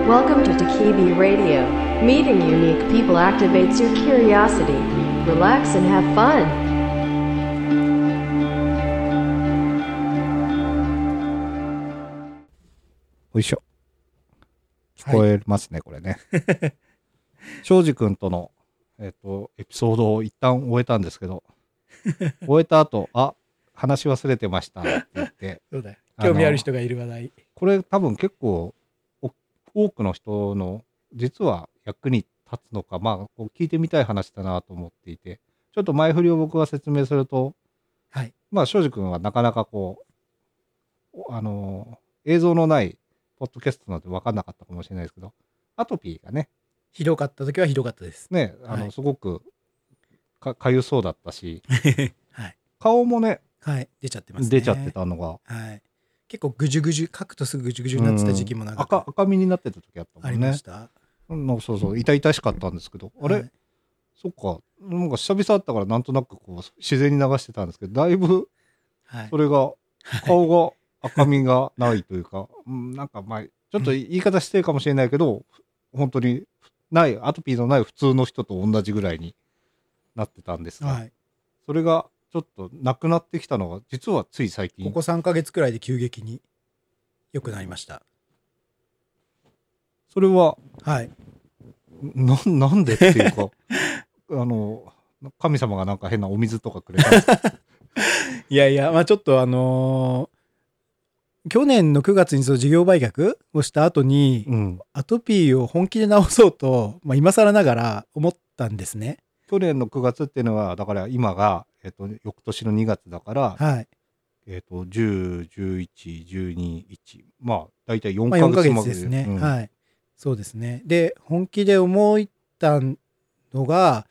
Welcome to Takibi Radio. Meeting unique people activates your curiosity. Relax and have fun. よいしょ。聞こえますね、これね。庄司君との、エピソードを一旦終えたんですけど、終えた後、話し忘れてましたって言って、 そうだよ。興味ある人がいる話題。 これ多分結構多くの人の実は役に立つのか、こう聞いてみたい話だなと思っていて、ちょっと前振りを僕が説明すると、 はい。 庄司君はなかなかこう、映像のないポッドキャストなので分かんなかったかもしれないですけど、アトピーがね、 ひどかった時はひどかったです。 ね、 はい、 すごくかゆそうだったし、 はい、 顔もね、 はい、出ちゃってますね。 出ちゃってたのが、 はい、結構ぐじゅぐじゅ、書くとすぐぐじゅぐじゅになってた時期も長く赤みになってた時あったもんね。 ありました。 そうそう、痛々しかったんですけど、あれ、そっか、なんか久々だったからなんとなくこう自然に流してたんですけど、だいぶそれが、顔が赤みがないというか、なんかちょっと言い方してるかもしれないけど、本当にアトピーのない普通の人と同じぐらいになってたんですが、それがちょっとなくなってきたのが実はつい最近、 ここ3ヶ月くらいで急激に良くなりました。 それは、 はい、 なんでっていうか神様がなんか変なお水とかくれたんですか？ いやいや、ちょっと去年の9月に事業売却をした後に、アトピーを本気で治そうと、今更ながら思ったんですね。 去年の9月っていうのはだから今が、翌年の2月だから、 はい、 10、11、12、1、大体4 4ヶヶ月月ですね。はい、そうですね。で、本気で思ったのが、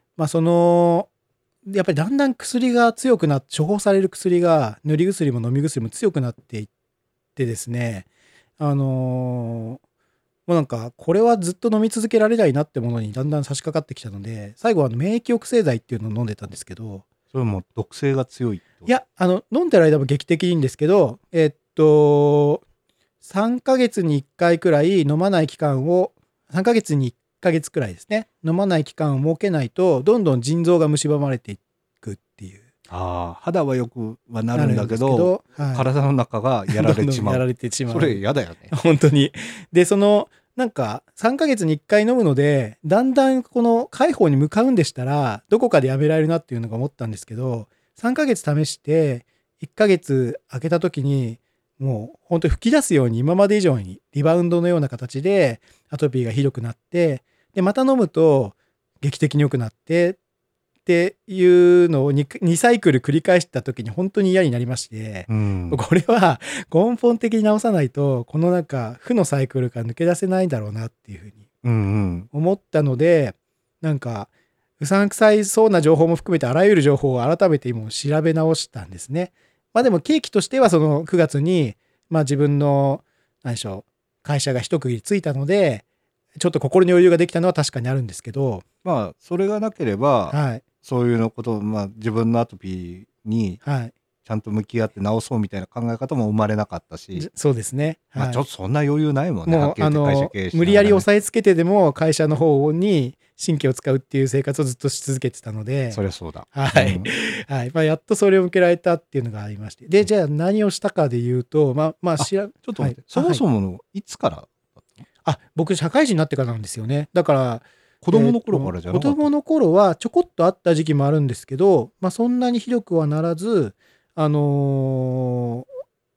やっぱりだんだん薬が強くなって、処方される薬が、塗り薬も飲み薬も強くなっていってですね、もうなんかこれはずっと飲み続けられないなってものにだんだん差し掛かってきたので、最後は免疫抑制剤っていうのを飲んでたんですけど、 それも毒性が強い。 いや、飲んでる間も劇的にいいんですけど、3ヶ月に1回くらい飲まない期間を、3ヶ月に1ヶ月くらいですね、飲まない期間を設けないと、どんどん腎臓が蝕まれていくっていう。 肌はよくはなるんだけど、体の中がやられちまう。 やられてしまう。 それ嫌だよね。 本当に。で、なんか3ヶ月に1回飲むので、だんだんこの快方に向かうんでしたら、どこかでやめられるなっていうのが思ったんですけど、3ヶ月試して、1ヶ月空けた時に、もう本当に吹き出すように今まで以上にリバウンドのような形でアトピーがひどくなって、で、また飲むと劇的に良くなって、っていうのを 2サイクル繰り返した時に本当に嫌になりまして、これは根本的に直さないとこのなんか負のサイクルから抜け出せないんだろうなっていうふうに思ったので、なんかうさんくさいそうな情報も含めてあらゆる情報を改めて今調べ直したんですね。でも契機としてはその9月に自分の何でしょう、会社が一区切りついたのでちょっと心に余裕ができたのは確かにあるんですけど、 それがなければ、そういうのことを、自分のアトピーにちゃんと向き合って治そうみたいな考え方も生まれなかったし、 そうですね。 ちょっとそんな余裕ないもんね。 もう無理やり押さえつけてでも会社の方に神経を使うっていう生活をずっとし続けてたので、 そりゃそうだ。 はいやっとそれを向けられたっていうのがありまして、でじゃあ何をしたかで言うと、ちょっと待って、そもそものいつからだったの？ 僕社会人になってからなんですよね。だから子供の頃からじゃなかった？ 子供の頃はちょこっとあった時期もあるんですけど、そんなにひどくはならず、子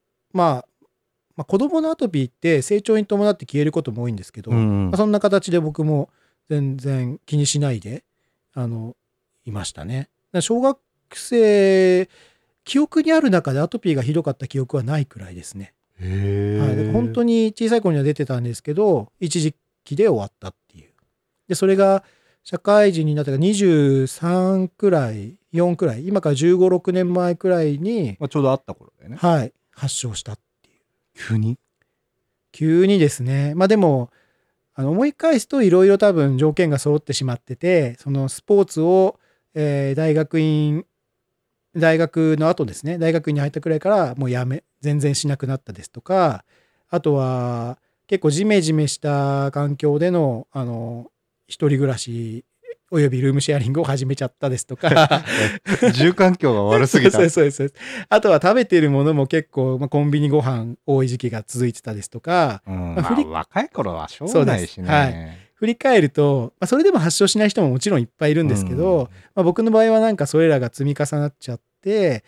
供のアトピーって成長に伴って消えることも多いんですけど、そんな形で僕も全然気にしないでいましたね。小学生、記憶にある中でアトピーがひどかった記憶はないくらいですね。本当に小さい頃には出てたんですけど、一時期で終わったっていう。でそれが社会人になったから23くらい4くらい、今から15、6年前くらいに、 ちょうどあった頃だよね。 発症したっていう。 急にですね。でも思い返すといろいろ多分条件が揃ってしまってて、そのスポーツを、大学の後ですね、大学院に入ったくらいからもう全然しなくなったですとか、あとは結構ジメジメした環境での一人暮らしおよびルームシェアリングを始めちゃったですとか住環境が悪すぎた。 そうです。あとは食べてるものも結構、コンビニご飯多い時期が続いてたですとか、 若い頃はしょうがないしね。 はい、振り返ると、それでも発症しない人ももちろんいっぱいいるんですけど、僕の場合はなんかそれらが積み重なっちゃって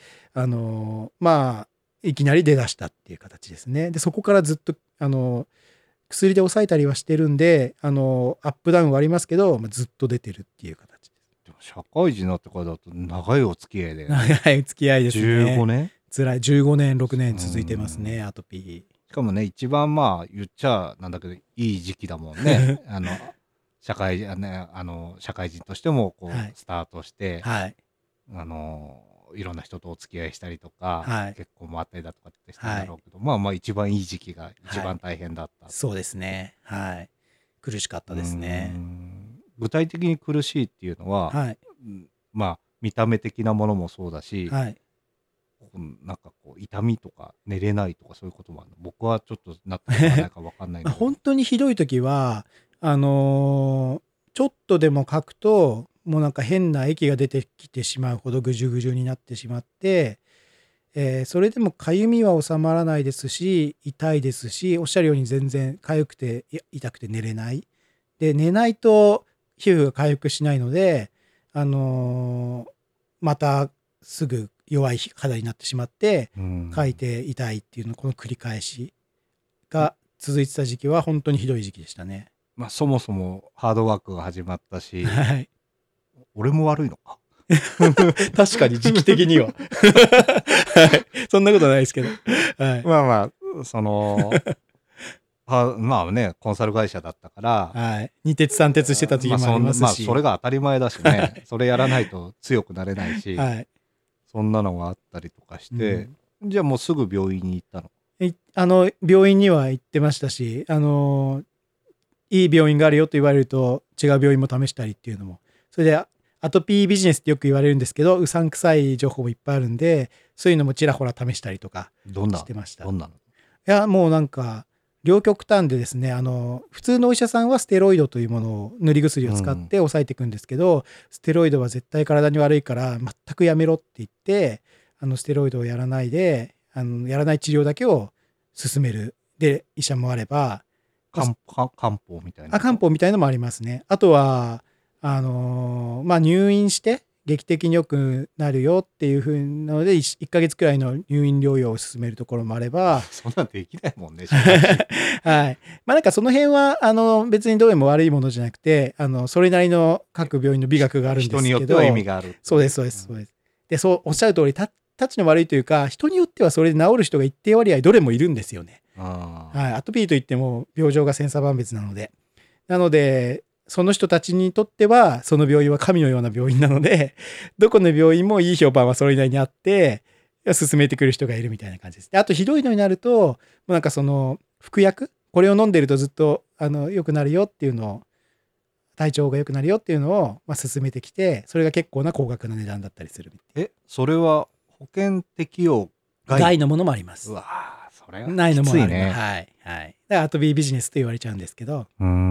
いきなり出だしたっていう形ですね。でそこからずっと薬で抑えたりはしてるんでアップダウンはありますけど、ずっと出てるっていう形です。 でも社会人になってからだと長いお付き合いで、ね、 長いお付き合いですね。 15年辛い。15年6年続いてますね、アトピー。 しかもね、一番言っちゃなんだけどいい時期だもんね社会人としてもスタートして、いろんな人とお付き合いしたりとか、結婚もあったりだとかってしたんだろうけど、一番いい時期が一番大変だった、 そうですね。苦しかったですね。 具体的に苦しいっていうのは、見た目的なものもそうだし、なんか痛みとか寝れないとかそういうこともあるの。僕はちょっとなったかないか分かんないんだけど本当にひどい時はちょっとでも書くともうなんか変な液が出てきてしまうほどぐじゅぐじゅになってしまって、それでもかゆみは収まらないですし痛いですし、おっしゃるように全然かゆくて痛くて寝れない。で寝ないと皮膚が回復しないのでまたすぐ弱い肌になってしまってかいて痛いっていうのこの繰り返しが続いてた時期は本当にひどい時期でしたね。 そもそもハードワークが始まったし、俺も悪いのか確かに時期的にはそんなことないですけど、 コンサル会社だったから、 二鉄三鉄してた時期もありますし、 それが当たり前だしねそれやらないと強くなれないし、そんなのがあったりとかして、じゃあもうすぐ病院に行ったの？ 病院には行ってましたし、いい病院があるよと言われると違う病院も試したりっていうのも、それでアトピービジネスってよく言われるんですけど、うさんくさい情報もいっぱいあるんで、そういうのもちらほら試したりとかしてました。 どんなの？ いやもうなんか両極端でですね、普通のお医者さんはステロイドというものを塗り薬を使って抑えていくんですけど、ステロイドは絶対体に悪いから全くやめろって言ってステロイドをやらないでやらない治療だけを勧めるで医者もあれば、 漢方みたいな。 漢方みたいのもありますね。あとは入院して劇的に良くなるよっていう風なので 1ヶ月くらいの入院療養を勧めるところもあればそんなんできないもんねなんかその辺は別にどうでも悪いものじゃなくてそれなりの各病院の美学があるんですけど、 人によっては意味がある。 そうです。でそうおっしゃる通りタッチの悪いというか、人によってはそれで治る人が一定割合どれもいるんですよね。アトピーといっても病状が千差万別なのでその人たちにとってはその病院は神のような病院なので、どこの病院もいい評判はそれなりにあって勧めてくる人がいるみたいな感じです。であとひどいのになるともうなんかその服薬、これを飲んでるとずっと良くなるよっていうのを、体調が良くなるよっていうのを勧めてきて、それが結構な高額な値段だったりする。 それは保険適用外のものもあります。 うわそれはないのもあるね。 だからアトピービジネスと言われちゃうんですけど、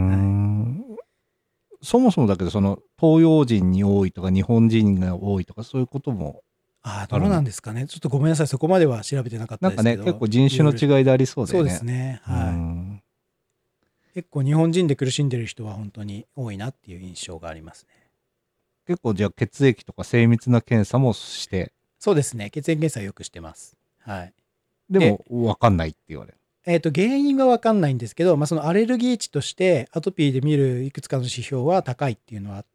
そもそもだけどその東洋人に多いとか日本人が多いとかそういうこともどうなんですかね。ちょっとごめんなさい、そこまでは調べてなかったですけど。 なんかね結構人種の違いでありそうだよね。 そうですね。結構日本人で苦しんでる人は本当に多いなっていう印象がありますね。 結構じゃあ血液とか精密な検査もして。 そうですね、血液検査よくしてます。 でも分かんないって言われる。 原因は分かんないんですけど、そのアレルギー値としてアトピーで見るいくつかの指標は高いっていうのはあって、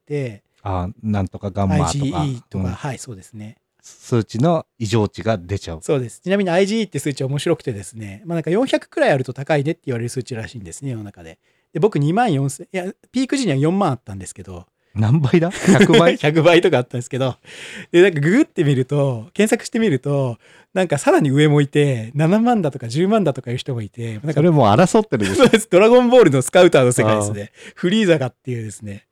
なんとかガンマとか IgE とか、そうですね、 数値の異常値が出ちゃう。 そうです。ちなみに IgE って数値面白くてですね、なんか400くらいあると高いねって言われる数値らしいんですね、世の中で。で僕24000、いやピーク時には4万あったんですけど、 何倍だ ?100 倍 100倍とかあったんですけど、でなんかググってみると、検索してみると、なんかさらに上もいて、7万だとか10万だとかいう人もいて、なんかそれもう争ってるでしょ。 そうです。ドラゴンボールのスカウターの世界ですね。フリーザがっていうですね。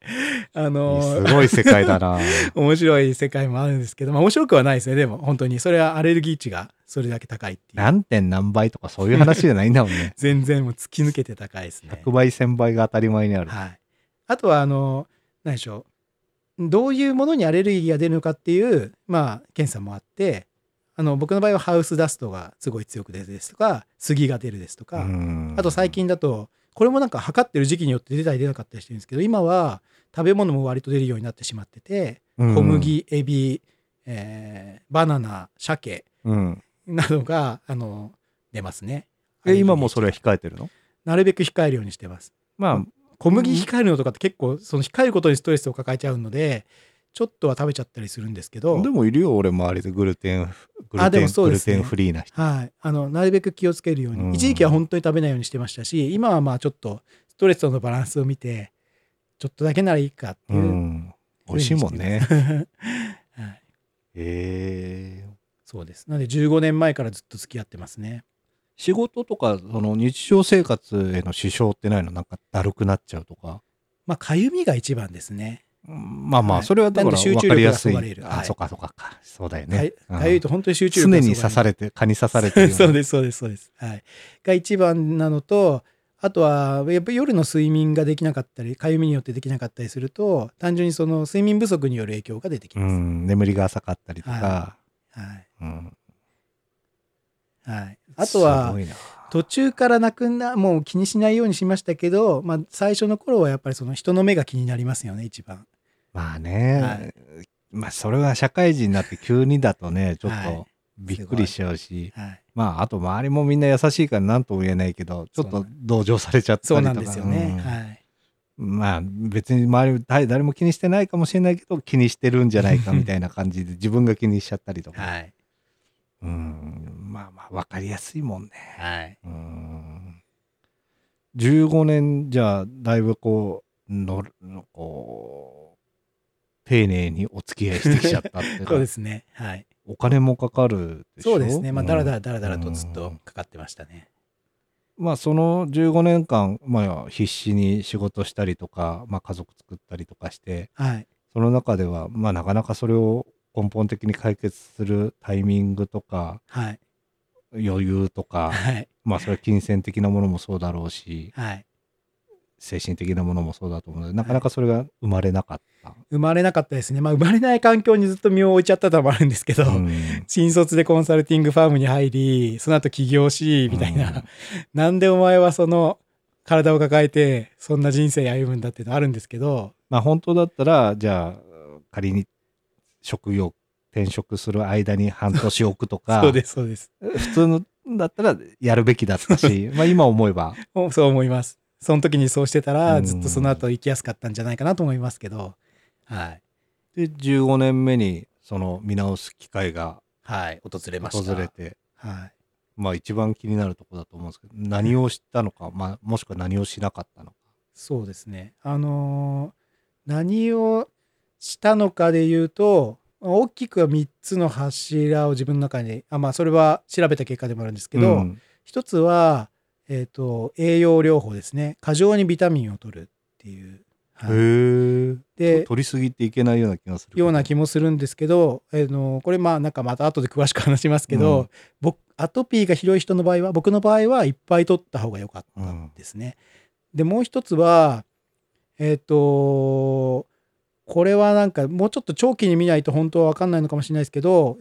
すごい世界だな。 面白い世界もあるんですけど、面白くはないですね。でも本当にそれはアレルギー値がそれだけ高いっていう。 何点何倍とかそういう話じゃないんだもんね。 全然もう突き抜けて高いですね。 100倍1000倍が当たり前にある。 はい。あとは何でしょう、どういうものにアレルギーが出るのかっていう検査もあって、僕の場合はハウスダストがすごい強く出るですとか、杉が出るですとか、あと最近だとこれもなんか測ってる時期によって出たり出なかったりしてるんですけど、今は食べ物も割と出るようになってしまってて、小麦、エビ、バナナ、鮭などが出ますね。 今もそれは控えてるの？ なるべく控えるようにしてます。小麦控えるのとかって結構その控えることにストレスを抱えちゃうので、ちょっとは食べちゃったりするんですけど。 でもいるよ、俺周りでグルテンフリーな人。 はい。なるべく気をつけるように。一時期は本当に食べないようにしてましたし、今はちょっとストレスとのバランスを見て、ちょっとだけならいいかっていう。 美味しいもんね。 はい 。 そうです。なので15年前からずっと付き合ってますね。 仕事とかその日常生活への支障ってないの？なんかだるくなっちゃうとか。 かゆみが一番ですね。 それはだから分かりやすい。そうか。そうだよね。 かゆいと本当に集中力が常に蚊に刺されてる。 そうです。はい。が一番なのと、あとはやっぱり夜の睡眠ができなかったり、かゆみによってできなかったりすると、単純にその睡眠不足による影響が出てきます。 眠りが浅かったりとか。 あとは途中からもう気にしないようにしましたけど、最初の頃はやっぱりその人の目が気になりますよね、一番。 それは社会人になって急にだとね、ちょっとびっくりしちゃうし、あと周りもみんな優しいから何とも言えないけど、ちょっと同情されちゃったりとか。 そうなんですよね。 別に周り誰も気にしてないかもしれないけど、気にしてるんじゃないかみたいな感じで自分が気にしちゃったりとか。分かりやすいもんね。15年じゃあだいぶ丁寧にお付き合いしてきちゃったっていうか。 そうですね。 お金もかかるでしょ。 そうですね。だらだらとずっとかかってましたね。 その15年間、必死に仕事したりとか、家族作ったりとかして、その中ではなかなかそれを根本的に解決するタイミングとか、余裕とか、それは金銭的なものもそうだろうし、精神的なものもそうだと思うので、なかなかそれが生まれなかった。 生まれなかったですね。生まれない環境にずっと身を置いちゃったのもあるんですけど、新卒でコンサルティングファームに入り、その後起業し、みたいな、なんでお前はその体を抱えて、そんな人生歩むんだっていうのあるんですけど。 本当だったら、じゃあ、仮に職業転職する間に半年置くとかそうです普通のだったらやるべきだったし今思えばそう思います。その時にそうしてたらずっとその後生きやすかったんじゃないかなと思いますけど、 で15年目にその見直す機会が訪れました。 訪れて、一番気になるところだと思うんですけど、何をしたのか、もしくは何をしなかったのか。 そうですね。何をしたのかで言うと、大きくは3つの柱を自分の中にそれは調べた結果でもあるんですけど、一つは、栄養療法ですね。過剰にビタミンを取るっていう。 で取りすぎていけないような気がする。 ような気もするんですけど、これなんかまた後で詳しく話しますけど、アトピーがひどい人の場合は、僕の場合はいっぱい取った方が良かったんですね。でもう一つはこれはなんかもうちょっと長期に見ないと本当は分かんないのかもしれないですけど、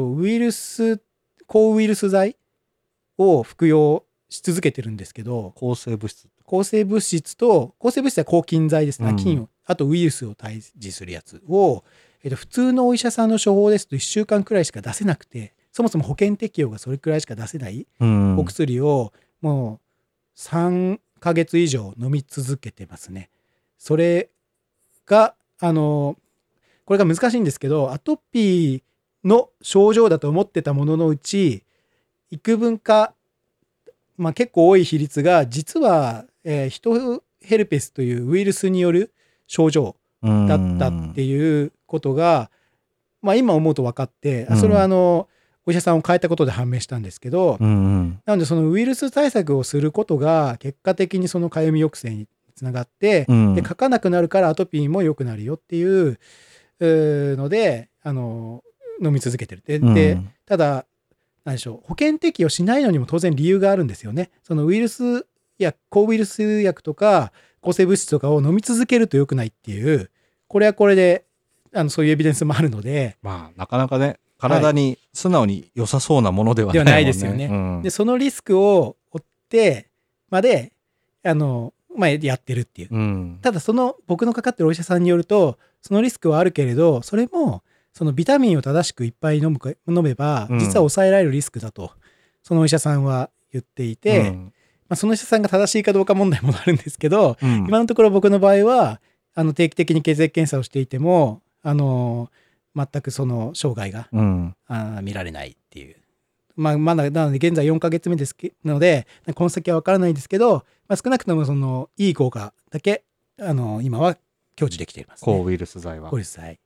抗ウイルス剤を服用し続けてるんですけど、 抗生物質は抗菌剤ですね、菌を、あとウイルスを退治するやつを、普通のお医者さんの処方ですと1週間くらいしか出せなくて、そもそも保険適用がそれくらいしか出せないお薬をもう3ヶ月以上飲み続けてますね。それがこれが難しいんですけど、アトピーの症状だと思ってたもののうち幾分か、結構多い比率が実は、ヒトヘルペスというウイルスによる症状だったっていうことが、今思うと分かって、それはお医者さんを変えたことで判明したんですけど、なのでそのウイルス対策をすることが結果的にそのかゆみ抑制につながって、で書かなくなるからアトピーも良くなるよっていうので飲み続けてる。で、ただ何でしょう、保険適用しないのにも当然理由があるんですよね。そのウイルスや抗ウイルス薬とか抗生物質とかを飲み続けると良くないっていう、これはこれでそういうエビデンスもあるので、 まあなかなかね体に素直に良さそうなものではないもんね。 ではないですよね。でそのリスクを負ってまでやってるっていう。ただ僕のかかってるお医者さんによると、そのリスクはあるけれど、それもそのビタミンを正しくいっぱい飲めば実は抑えられるリスクだとそのお医者さんは言っていて、そのお医者さんが正しいかどうか問題もあるんですけど、今のところ僕の場合は定期的に血液検査をしていても全くその障害が、見られないっていう。まだなので現在4ヶ月目ですのでこの先は分からないですけど、少なくともそのいい効果だけ今は享受できています、ね。 抗ウイルス剤は。 抗ウイルス剤。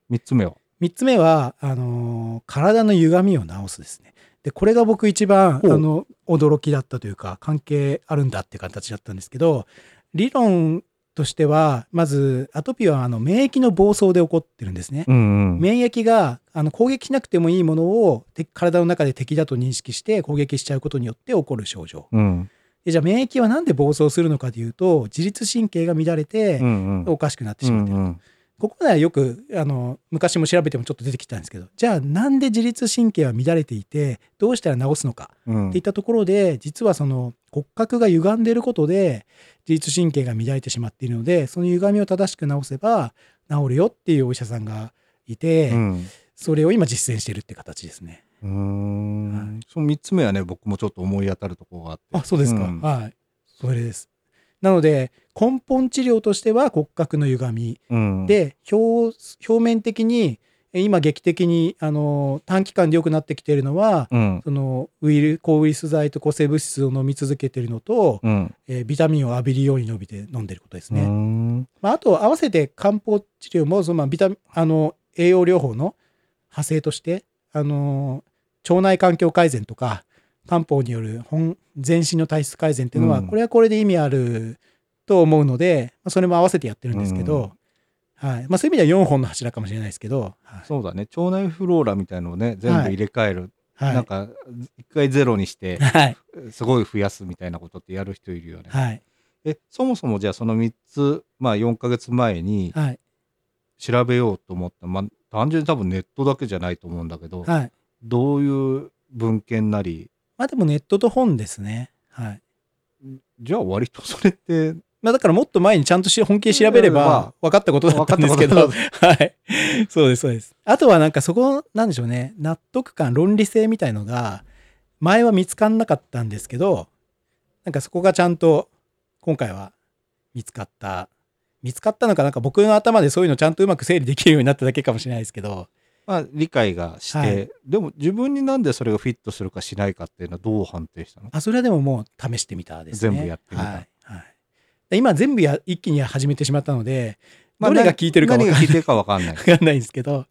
3 つ目は体の歪みを治すですね。でこれが僕一番驚きだったというか関係あるんだっていう形だったんですけど、理論としてはまずアトピーは免疫の暴走で起こってるんですね。免疫が攻撃しなくてもいいものを体の中で敵だと認識して攻撃しちゃうことによって起こる症状。でじゃあ免疫はなんで暴走するのかというと、自律神経が乱れておかしくなってしまっていると。ここではよく昔も調べてもちょっと出てきたんですけど、じゃあなんで自律神経は乱れていてどうしたら治すのかっていったところで、実はその骨格が歪んでいることで自律神経が乱れてしまっているので、その歪みを正しく治せば治るよっていうお医者さんがいて、それを今実践しているって形ですね。 その3つ目はね、僕もちょっと思い当たるところがあって。 あ、そうですか。はい、それです。なので根本治療としては骨格の歪み、で表面的に今劇的に短期間で良くなってきているのは、その抗ウイルス剤と抗生物質を飲み続けているのと、ビタミンを浴びるように飲んでいることですね。あと合わせて漢方治療もその栄養療法の派生として腸内環境改善とか漢方による全身の体質改善っていうのは、これはこれで意味あると思うので、それも合わせてやってるんですけど、そういう意味では4本の柱かもしれないですけど、 そうだね、腸内フローラみたいのをね全部入れ替える、なんか一回ゼロにして、すごい増やすみたいなことってやる人いるよね。そもそもじゃあその3つ、4ヶ月前に調べようと思った、単純に多分ネットだけじゃないと思うんだけど、どういう文献なり。 でもネットと本ですね。 じゃあ割とそれってだからもっと前にちゃんと本気で調べれば分かったことだったんですけど、そうですそうです。あとはなんかそこなんでしょうね、納得感、論理性みたいのが前は見つかんなかったんですけど、なんかそこがちゃんと今回は見つかったのか、なんか僕の頭でそういうのちゃんとうまく整理できるようになっただけかもしれないですけど、 理解がして、でも自分になんでそれがフィットするかしないかっていうのはどう判定したの？ それはでももう試してみたですね。 全部やってみた。 今全部一気に始めてしまったので、どれが効いてるか分かんないんですけど、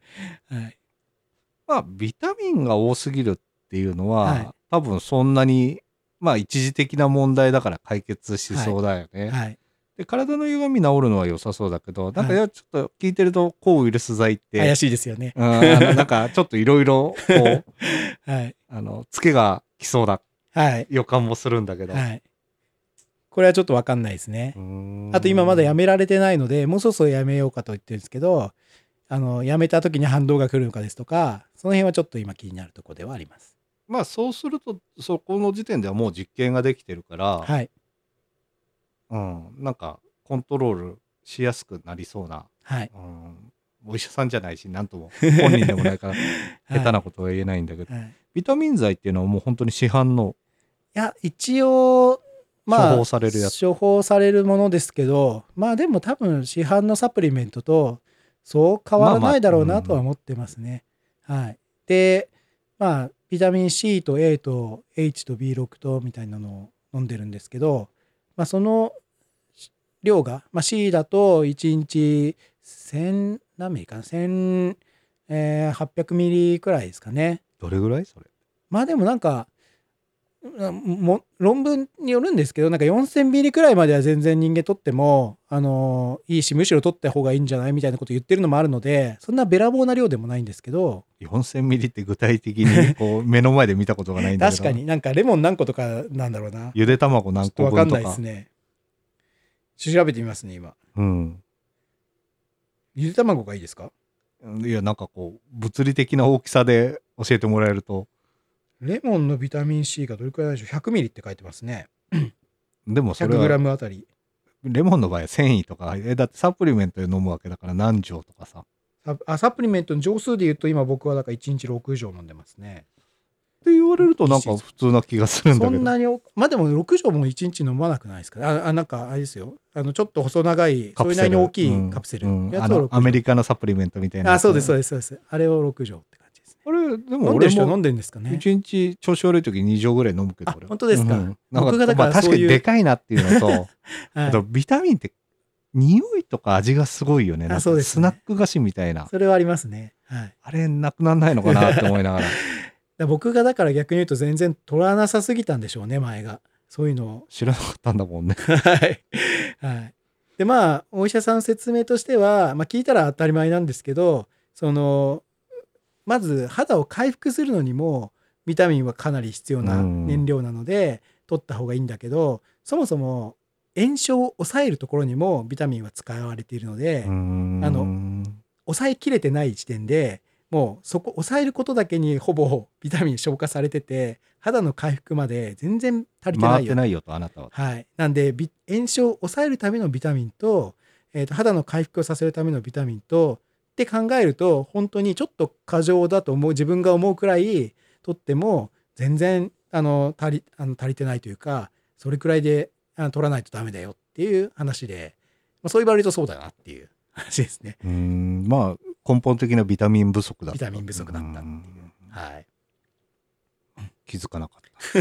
ビタミンが多すぎるっていうのは、多分そんなに一時的な問題だから解決しそうだよね。で体の歪み治るのは良さそうだけど、なんかちょっと聞いてると抗ウイルス剤って怪しいですよね。 なんかちょっといろいろツケがきそうな予感もするんだけど、 これはちょっと分かんないですね。あと今まだやめられてないので、もうそろそろやめようかと言ってるんですけど、やめた時に反動が来るのかですとか、その辺はちょっと今気になるところではあります。 そうするとそこの時点ではもう実験ができてるから、なんかコントロールしやすくなりそうな、お医者さんじゃないし何とも本人でもないから下手なことは言えないんだけど、ビタミン剤っていうのはもう本当に市販の、 一応処方されるやつ、 処方されるものですけど、でも多分市販のサプリメントとそう変わらないだろうなとは思ってますね。でビタミン C と A と H と B6 とみたいなのを飲んでるんですけど、その量が、C だと1日1000何ミリかな、1800ミリくらいですかね。 どれぐらいそれ？ でもなんか論文によるんですけど、なんか4000ミリくらいまでは全然人間取ってもいいし、むしろ取った方がいいんじゃないみたいなこと言ってるのもあるので、そんなべらぼうな量でもないんですけど、 4000ミリって具体的にこう目の前で見たことがないんだけど確かになんかレモン何個とかなんだろうな。 ゆで卵何個分かん分とか。 ないですね。調べてみますね今。 うん。 ゆで卵がいいですか？ いやなんかこう物理的な大きさで教えてもらえると。 レモンのビタミン C がどれくらいでしょう。100ミリって書いてますね。 でもそれ 100g はあたり。 レモンの場合は繊維とかだってサプリメントで飲むわけだから何錠とかさ。 サプリメントの錠数で言うと今僕はだから1日6錠飲んでますね。 って言われるとなんか普通な気がするんだけど。 そんなにまあでも6錠も1日飲まなくないですか？なんかあれですよ。ちょっと細長いそれなりに大きいカプセル、やつを6錠。 アメリカのサプリメントみたいな。 そうですそうですそうです。あれを6錠って感じですね。 あれでも飲んでる人は飲んでるんですかね。 1日調子悪い時2錠ぐらい飲むけど。 本当ですか？ なんか確かにでかいなっていうのと、あとビタミンって匂いとか味がすごいよね。なんかスナック菓子みたいな。 それはありますね。はい。 あれなくならないのかなって思いながら。 僕がだから逆に言うと全然取らなさすぎたんでしょうね、前が。そういうのを。 知らなかったんだもんね。 はい。はい。で、まあ、お医者さんの説明としては、まあ、聞いたら当たり前なんですけど、まず肌を回復するのにも、ビタミンはかなり必要な燃料なので、取った方がいいんだけど、そもそも炎症を抑えるところにもビタミンは使われているので、抑えきれてない時点で、もうそこ抑えることだけにほぼビタミン消化されてて、肌の回復まで全然足りてないよ。 回ってないよとあなたは。 はい。なんで炎症を抑えるためのビタミンと、肌の回復をさせるためのビタミンとって考えると、本当にちょっと過剰だと自分が思うくらい取っても全然足りてないというか、それくらいで取らないとダメだよっていう話で、そう言われるとそうだなっていう話ですね。 まあ根本的なビタミン不足だった。 ビタミン不足だったっていう。はい。 気づかなかった。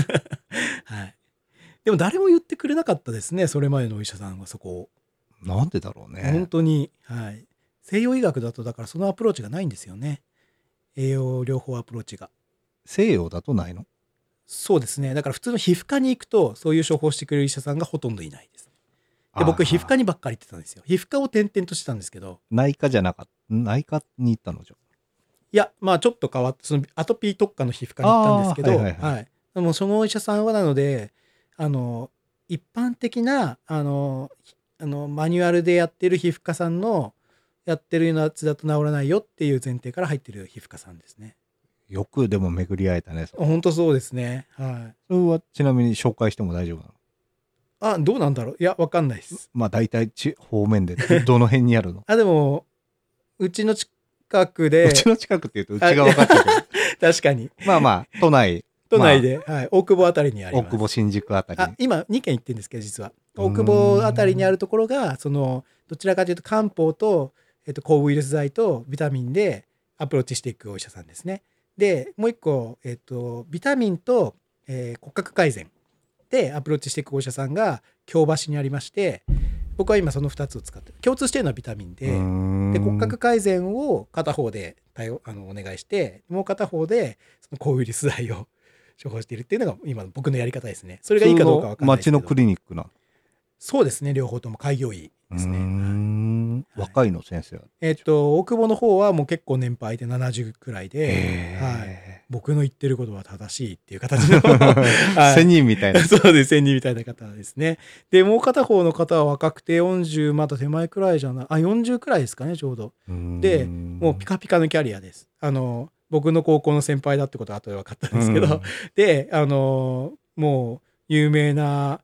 はい。でも誰も言ってくれなかったですね、それまでのお医者さんはそこを。 なんでだろうね。 本当に、はい。西洋医学だとだからそのアプローチがないんですよね。栄養療法アプローチが。 西洋だとないの？ そうですね。だから普通の皮膚科に行くとそういう処方してくれる医者さんがほとんどいないです。で、僕皮膚科にばっかり行ってたんですよ。皮膚科を転々としてたんですけど。 内科じゃなかった。内科に行ったのじゃ。 いや、まあちょっと変わって、そのアトピー特化の皮膚科に行ったんですけど、はい。でもそのお医者さんはなので、一般的なマニュアルでやってる皮膚科さんのやってるやつだと治らないよっていう前提から入ってる皮膚科さんですね。 よくでも巡り会えたね。 本当そうですね。はい。 それはちなみに紹介しても大丈夫なの？ どうなんだろう。いや、わかんないです。 まあ大体方面でどの辺にあるの？ でもうちの近くで。 うちの近くって言うとうちが分かっちゃうけど。 確かに。 まあ都内で、はい、大久保あたりにあります。 大久保新宿あたり。 今2軒行ってるんですけど、実は大久保あたりにあるところがどちらかというと漢方と、抗ウイルス剤とビタミンでアプローチしていくお医者さんですね。でもう一個、ビタミンと、骨格改善でアプローチしていくお医者さんが京橋にありまして、僕は今その2つを使ってる。共通しているのはビタミンで骨格改善を片方でお願いして、もう片方でその抗ウイルス剤を処方しているっていうのが今の僕のやり方ですね。それがいいかどうか分かんないですけど。 町のクリニックな。 そうですね。両方とも開業医ですね。 若いの先生は。 大久保の方はもう結構年配で70くらいで、はい、僕の言ってることは正しいっていう形の仙人みたいな。 そうです、仙人みたいな方ですね。でもう片方の方は若くて40まだ手前くらいじゃない、40くらいですかね、ちょうど。でもうピカピカのキャリアです。僕の高校の先輩だってことは後で分かったんですけど、でもう有名な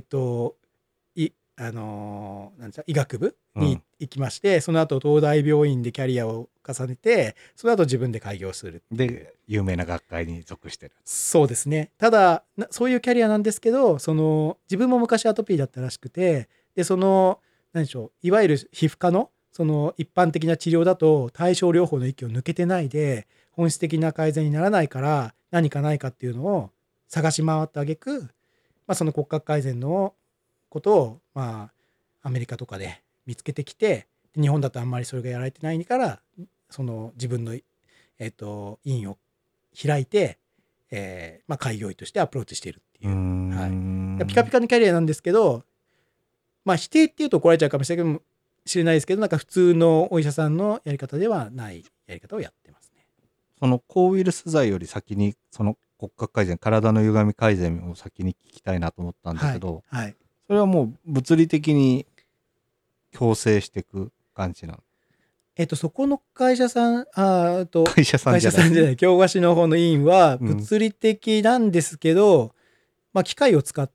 なん医学部に行きまして、その後東大病院でキャリアを重ねて、その後自分で開業するで有名な学会に属してる。 そうですね。ただそういうキャリアなんですけど、自分も昔アトピーだったらしくて、で何でしょう、いわゆる皮膚科の一般的な治療だと対症療法の域を抜けてないで本質的な改善にならないから何かないかっていうのを探し回った挙句、その骨格改善のことをアメリカとかで見つけてきて、日本だとあんまりそれがやられてないから自分の院を開いて、 開業医としてアプローチしているっていう、 はい、 ピカピカのキャリアなんですけど、否定っていうと怒られちゃうかもしれないですけど、なんか普通のお医者さんのやり方ではないやり方をやってますね。 その抗ウイルス剤より先にその骨格改善、体の歪み改善を先に聞きたいなと思ったんだけど、 はいはい、 それはもう物理的に矯正していく感じなの？ そこの会社さん、 会社さんじゃない、 京菓子の方の委員は物理的なんですけど、機械を使って、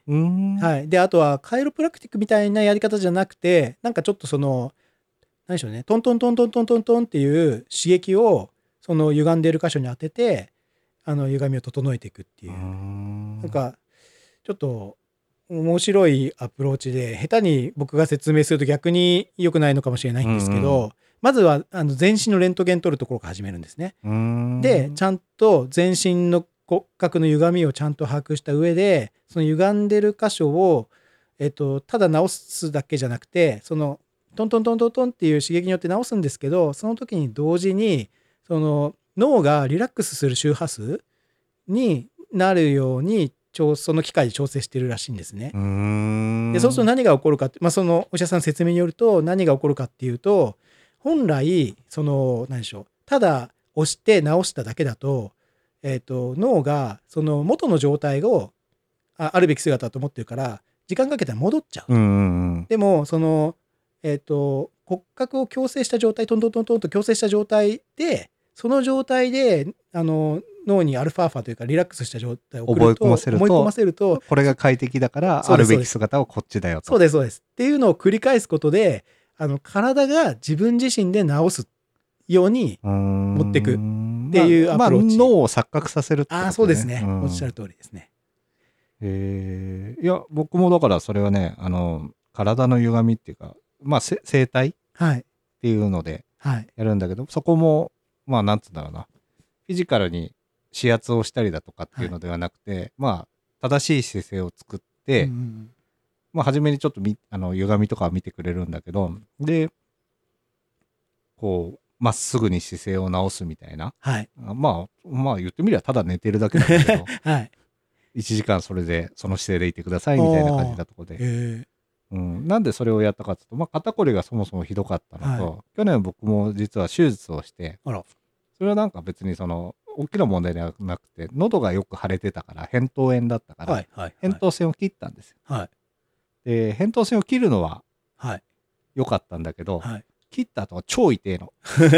はい、であとはカイロプラクティックみたいなやり方じゃなくて、なんかちょっと何でしょうね、トントントントントントントンっていう刺激をその歪んでいる箇所に当てて、歪みを整えていくっていう、なんかちょっと面白いアプローチで、下手に僕が説明すると逆に良くないのかもしれないんですけど、まずは全身のレントゲン取るところから始めるんですね。でちゃんと全身の骨格の歪みをちゃんと把握した上で、その歪んでる箇所を、ただ直すだけじゃなくて、そのトントントントントンっていう刺激によって直すんですけど、その時に同時にその脳がリラックスする周波数になるようにその機械で調整してるらしいんですね。でそうすると何が起こるかって、そのお医者さんの説明によると、何が起こるかっていうと、本来何でしょう、ただ押して直しただけだと、脳がその元の状態をあるべき姿だと思ってるから時間かけたら戻っちゃう。でもその骨格を矯正した状態、トントントントンと矯正した状態で、その状態で脳にアルファーファというかリラックスした状態を送ると、思い込ませるとこれが快適だからあるべき姿をこっちだよと。 そうですそうですっていうのを繰り返すことで、体が自分自身で治すように持っていくっていうアプローチ。 脳を錯覚させるってことね。 そうですね、おっしゃる通りですね。 いや僕もだからそれはね、体の歪みっていうか、生体っていうのでやるんだけど、そこもなんつうんだろうな、フィジカルに指圧をしたりだとかっていうのではなくて、正しい姿勢を作って、初めにちょっと歪みとかは見てくれるんだけど、でこうまっすぐに姿勢を直すみたいな、言ってみればただ寝てるだけなんだけど、1時間それでその姿勢でいてくださいみたいな感じだとこで、なんでそれをやったかっていうと、肩こりがそもそもひどかったのと、去年僕も実は手術をして、それはなんか別に大きな問題ではなくて、喉がよく腫れてたから扁桃炎だったから、扁桃腺を切ったんですよ。で扁桃腺を切るのは良かったんだけど、切った後は超痛いの。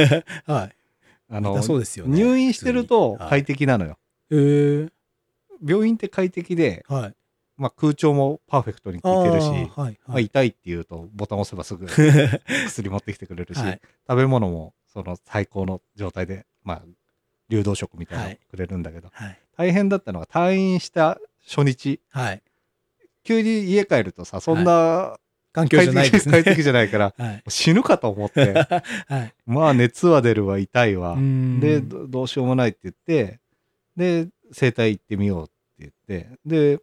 そうですよね。 入院してると快適なのよ。病院って快適で、空調もパーフェクトに効いてるし、痛いって言うとボタン押せばすぐ薬持ってきてくれるし、食べ物もその最高の状態で、流動食みたいなのくれるんだけど、大変だったのが退院した初日、急に家帰るとさ、そんな環境じゃないですね。 快適じゃないから、死ぬかと思って、熱は出るわ、痛いわ、でどうしようもないって言って、で整体行ってみようって言って、で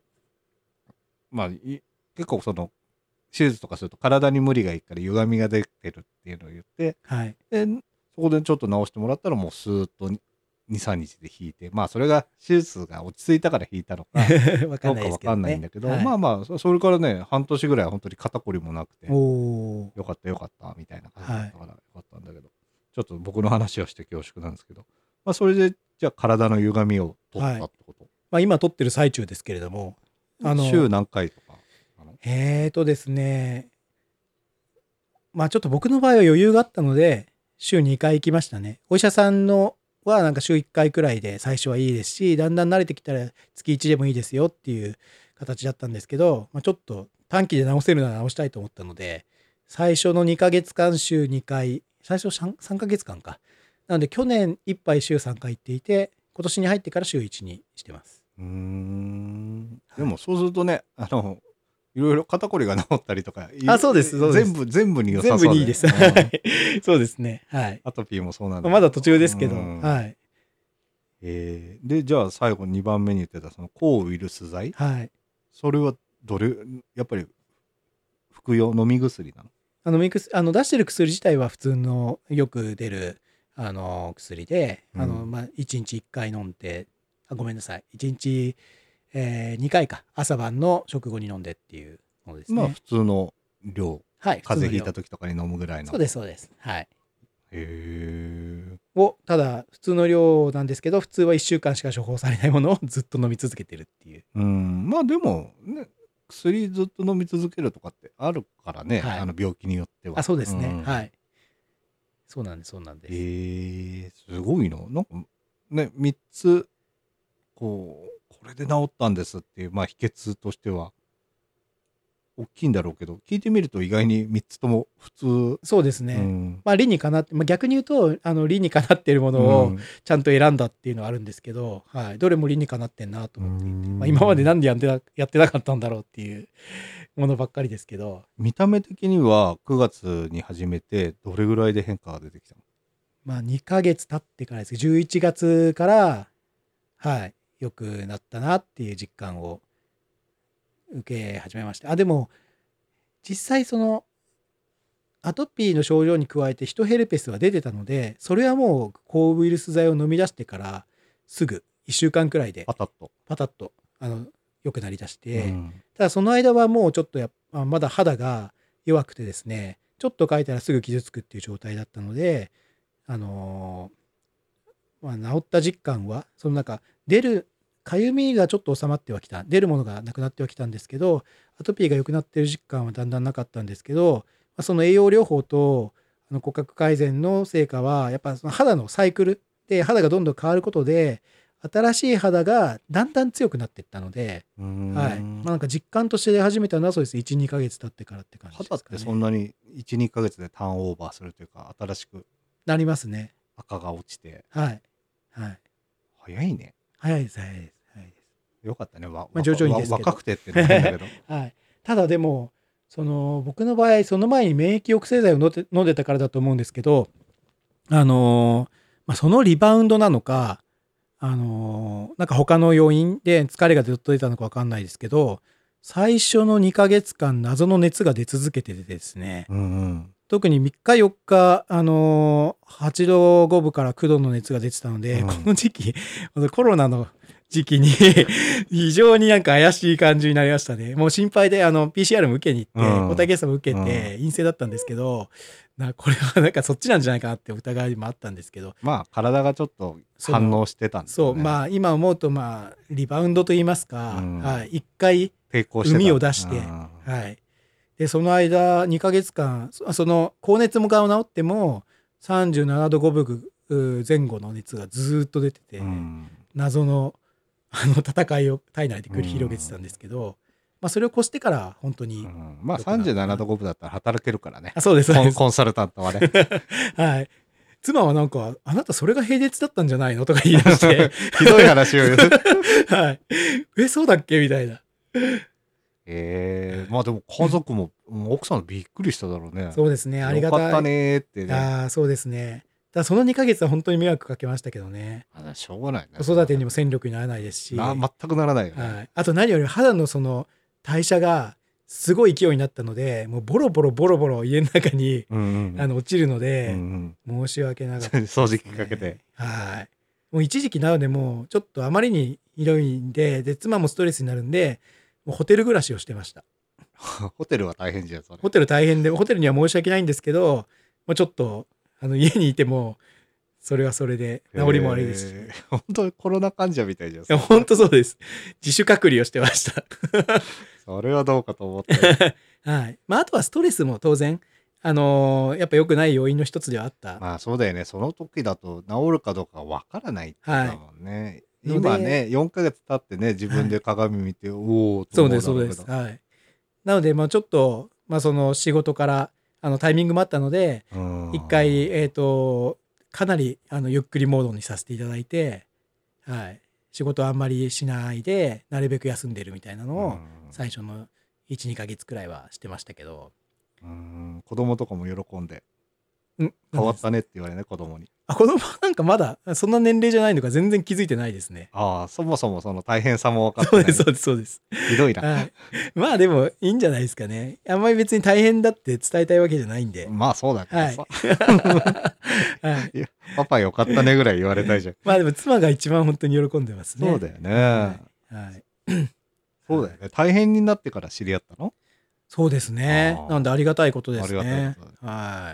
結構手術とかすると体に無理がいくから歪みが出てるっていうのを言って、でそこでちょっと直してもらったら、もうスーッと 2,3 日で引いて、それが手術が落ち着いたから引いたのかどうか分かんないんだけど、それからね半年ぐらいは本当に肩こりもなくて、よかったよかったみたいな感じだったからよかったんだけど、ちょっと僕の話をして恐縮なんですけど、それでじゃあ体の歪みを取ったってこと？ 今取ってる最中ですけれども、 週何回とか？ ですね、ちょっと僕の場合は余裕があったので週2回行きましたね。お医者さんのはなんか週1回くらいで最初はいいですし、だんだん慣れてきたら月1でもいいですよっていう形だったんですけど、ちょっと短期で治せるなら治したいと思ったので、最初の2ヶ月間週2回、最初 3ヶ月間か。なので去年いっぱい週3回行っていて、今年に入ってから週1にしてます。 でもそうするとね、いろいろ肩こりが治ったりとか、 そうですそうです、 全部に良さそうで、 全部にいいです。そうですね。 アトピーもそうなんだ。 まだ途中ですけど、 でじゃあ最後2番目に言ってたその抗ウイルス剤、それはやっぱり服用飲み薬なの？ 出してる薬自体は普通のよく出る薬で、1日1回飲んでごめんなさい。1日、2回か。朝晩の食後に飲んでっていうものですね。 まあ普通の量、 はい。 風邪ひいた普通の量時とかに飲むぐらいの。 そうです、そうです。はい。 へえ。 ただ、普通の量なんですけど、普通は1週間しか処方されないものをずっと飲み続けてるっていう。 まあでもね、薬ずっと飲み続けるとかってあるからね、 はい病気によっては。 そうですね。はい。そうなんです、そうなんです。 すごいな。なんかね、3つ、これで治ったんですっていう、まあ秘訣としては、大きいんだろうけど、聞いてみると意外に3つとも普通。 そうですね。まあ理にかなって、逆に言うと、理にかなっているものをちゃんと選んだっていうのはあるんですけど、はい。どれも理にかなってんなと思っていて、今までなんでやってなかったんだろうっていうものばっかりですけど。 見た目的には9月に始めて、どれぐらいで変化が出てきたの？ まあ2ヶ月経ってからですけど、11月から、はい、良くなったなっていう実感を受け始めました。でも、実際その、アトピーの症状に加えてヒトヘルペスは出てたので、それはもう抗ウイルス剤を飲み出してからすぐ1週間くらいでパタッと良くなりだして、ただその間はもうちょっとまだ肌が弱くてですね、ちょっと描いたらすぐ傷つくっていう状態だったので、治った実感はそのかゆみがちょっと収まってはきた、出るものがなくなってはきたんですけど、アトピーが良くなってる実感はだんだんなかったんですけど、その栄養療法と骨格改善の成果はやっぱその肌のサイクルで肌がどんどん変わることで新しい肌がだんだん強くなっていったので、なんか実感として出始めたのはそうです。1、2ヶ月経ってからって感じですかね。 肌ってそんなに1、2ヶ月でターンオーバーするというか、新しくなりますね。 赤が落ちて。 早いね。 早いです。 よかったね。 徐々にですけど。 若くてって言うんだけど。 ただでも、僕の場合、その前に免疫抑制剤を飲んでたからだと思うんですけど、そのリバウンドなのか、なんか他の要因で疲れがずっと出たのか分かんないですけど、最初の2ヶ月間謎の熱が出続けててですね、特に3日4日、8度5分から9度の熱が出てたので、この時期、コロナの時期に非常になんか怪しい感じになりましたね。もう心配でPCR も受けに行って、抗体検査も受けて陰性だったんですけど、これはなんかそっちなんじゃないかなって疑いもあったんですけど、 まあ体がちょっと反応してたんですよね。 そう、今思うとリバウンドと言いますか、一回海を出して、でその間2ヶ月間その高熱も治っても37度5分前後の熱がずっと出てて、謎の戦いを体内で繰り広げてたんですけど、それを越してから本当に、 37度5分だったら働けるからね。 そうです。 コンサルタントはね。 妻はなんか、あなたそれが平熱だったんじゃないのとか言い出して。 ひどい話を言う。そうだっけみたいな。 まあでも家族も、奥さんびっくりしただろうね。 そうですね。ありがたい。 よかったねってね。 そうですね。その2ヶ月は本当に迷惑かけましたけどね。 しょうがないね。 子育てにも戦力にならないですし。 全くならないよね。 あと何より肌のその代謝がすごい勢いになったので、もうボロボロ家の中に、落ちるので、申し訳なかったですね。 掃除機かけて。 もう一時期なのでもうちょっとあまりにひどいんで、妻もストレスになるんで、もうホテル暮らしをしてました。 ホテルは大変じゃん、それ。 ホテル大変で、ホテルには申し訳ないんですけど、もうちょっと家にいてもそれはそれで治りも悪いですし、 本当にコロナ患者みたいじゃん。 いや本当そうです。自主隔離をしてましたそれはどうかと思ってあとはストレスも当然やっぱ良くない要因の一つではあった。 そうだよね。その時だと治るかどうかわからないってことだもんね。今ね4ヶ月経ってね自分で鏡見て、おおと思うだろうけど。 そうです。なのでちょっとその仕事からタイミングもあったので、一回かなりゆっくりモードにさせていただいて、仕事あんまりしないでなるべく休んでるみたいなのを最初の 1,2 ヶ月くらいはしてましたけど、 子供とかも喜んで。 変変わったねって言われね、子供に。 子供はなんかまだそんな年齢じゃないのか全然気づいてないですね。 ああ、そもそもその大変さも分かってない。 そうですそうですそうです。 ひどいな。 はい。まあでもいいんじゃないですかね。あんまり別に大変だって伝えたいわけじゃないんで。 まあそうだけどさ。 はい。 いやパパよかったねぐらい言われたいじゃん。 まあでも妻が一番本当に喜んでますね。 そうだよね。 はい。 そうだよね。大変になってから知り合ったの？ そうですね。なんでありがたいことですね。 ありがたいこと。 はい。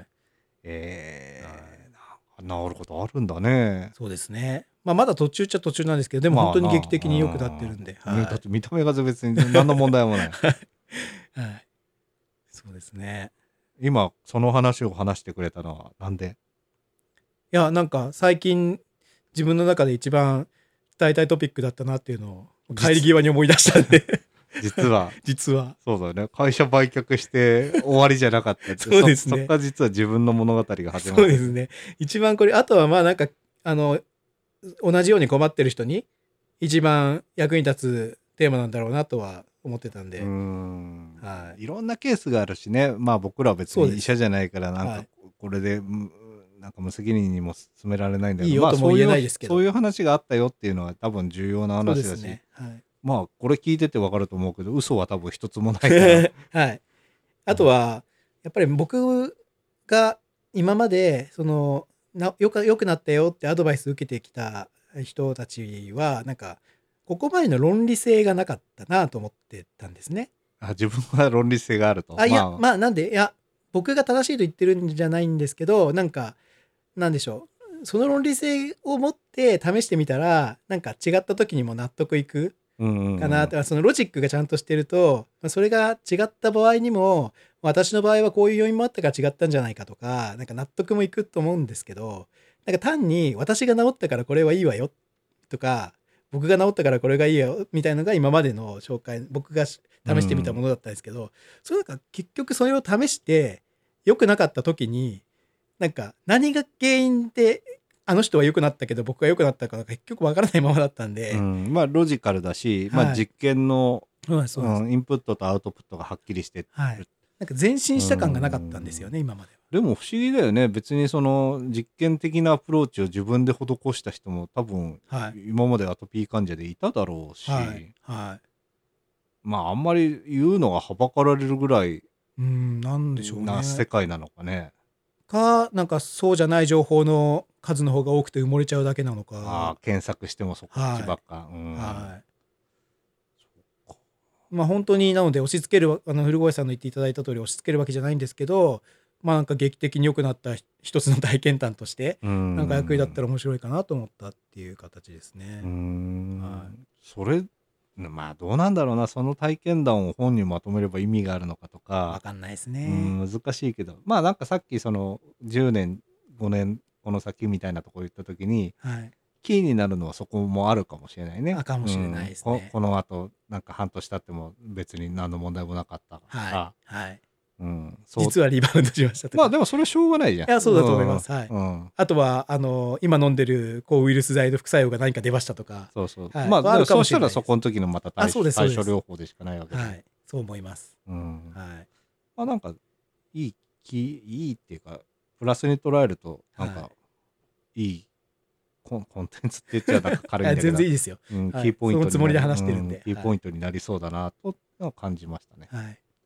なるほど、あるんだね。 そうですね。まあまだ途中っちゃ途中なんですけど、でも本当に劇的に良くなってるんで。 だって見た目が別に何の問題もない。 はい。そうですね。 今その話を話してくれたのはなんで？ いや、なんか最近自分の中で一番伝えたいトピックだったなっていうのを帰り際に思い出したんで。 実はそうだよね。会社売却して終わりじゃなかったって。 そうですね。 そっから実は自分の物語が始まる。 そうですね。一番これ、あとはまあなんか同じように困ってる人に一番役に立つテーマなんだろうなとは思ってたんで。 はい。いろんなケースがあるしね。まあ僕らは別に医者じゃないからなんかこれでなんか無責任にも進められないんだけど、 いいよとも言えないですけど、 そういう話があったよっていうのは多分重要な話だし。はい。まあこれ聞いてて分かると思うけど嘘は多分一つもないから。 はい。あとはやっぱり僕が今までよくなったよってアドバイス受けてきた人たちはなんかここまでの論理性がなかったなと思ってたんですね。 自分は論理性があると。 いやまあなんで僕が正しいと言ってるんじゃないんですけど、なんかなんでしょう、その論理性を持って試してみたらなんか違った時にも納得いくかなと。そのロジックがちゃんとしてると、それが違った場合にも私の場合はこういう要因もあったから違ったんじゃないかとか、なんか納得もいくと思うんですけど、なんか単に私が治ったからこれはいいわよとか、僕が治ったからこれがいいよみたいなのが今までの紹介、僕が試してみたものだったんですけど、それなんか結局それを試して良くなかった時に、なんか何が原因であの人は良くなったけど僕は良くなったか結局わからないままだったんで、 まあロジカルだし、まあ実験のインプットとアウトプットがはっきりしてる。 なんか前進した感がなかったんですよね、今までは。 でも不思議だよね。別にその実験的なアプローチを自分で施した人も多分今までアトピー患者でいただろうし、まああんまり言うのがはばかられるぐらいなんでしょうね。 な世界なのかね。 なんかそうじゃない情報の数の方が多くて埋もれちゃうだけなのか。 検索してもそこっちばっか。 まあ本当になので押し付ける古越さんの言っていただいた通り押し付けるわけじゃないんですけど、まあなんか劇的に良くなった一つの体験談としてなんか役に立ったら面白いかなと思ったっていう形ですね。 それまあどうなんだろうな。その体験談を本にまとめれば意味があるのかとか分かんないですね。 難しいけど、まあなんかさっきその10年5年この先みたいなところ言った時に、キーになるのはそこもあるかもしれないね。 かもしれないですね。 この後なんか半年経っても別に何の問題もなかったから。 実はリバウンドしましたとか。 まあでもそれはしょうがないじゃん。 いやそうだと思います。あとは今飲んでるウイルス剤の副作用が何か出ましたとか。 まあそうしたらそこの時のまた対処療法でしかないわけで。 そう思います。 まあなんかいいっていうかプラスに捉えるとなんかいいコンテンツって言っちゃなんか軽いんだけど全然いいですよ。 キーポイントそのつもりで話してるんでキーポイントになりそうだなと感じましたね。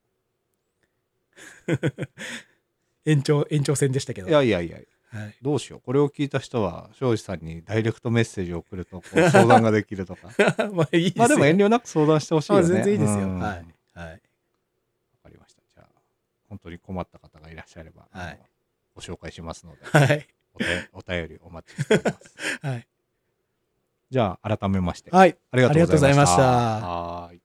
延長戦でしたけど。 いや、どうしよう。これを聞いた人は庄司さんにダイレクトメッセージを送ると相談ができるとか。 まあいいですよ。 まあでも遠慮なく相談してほしいよね。 全然いいですよ。わかりました。じゃあ本当に困った方がいらっしゃればご紹介しますので、お便りお待ちしております。じゃあ改めましてありがとうございました。 はい。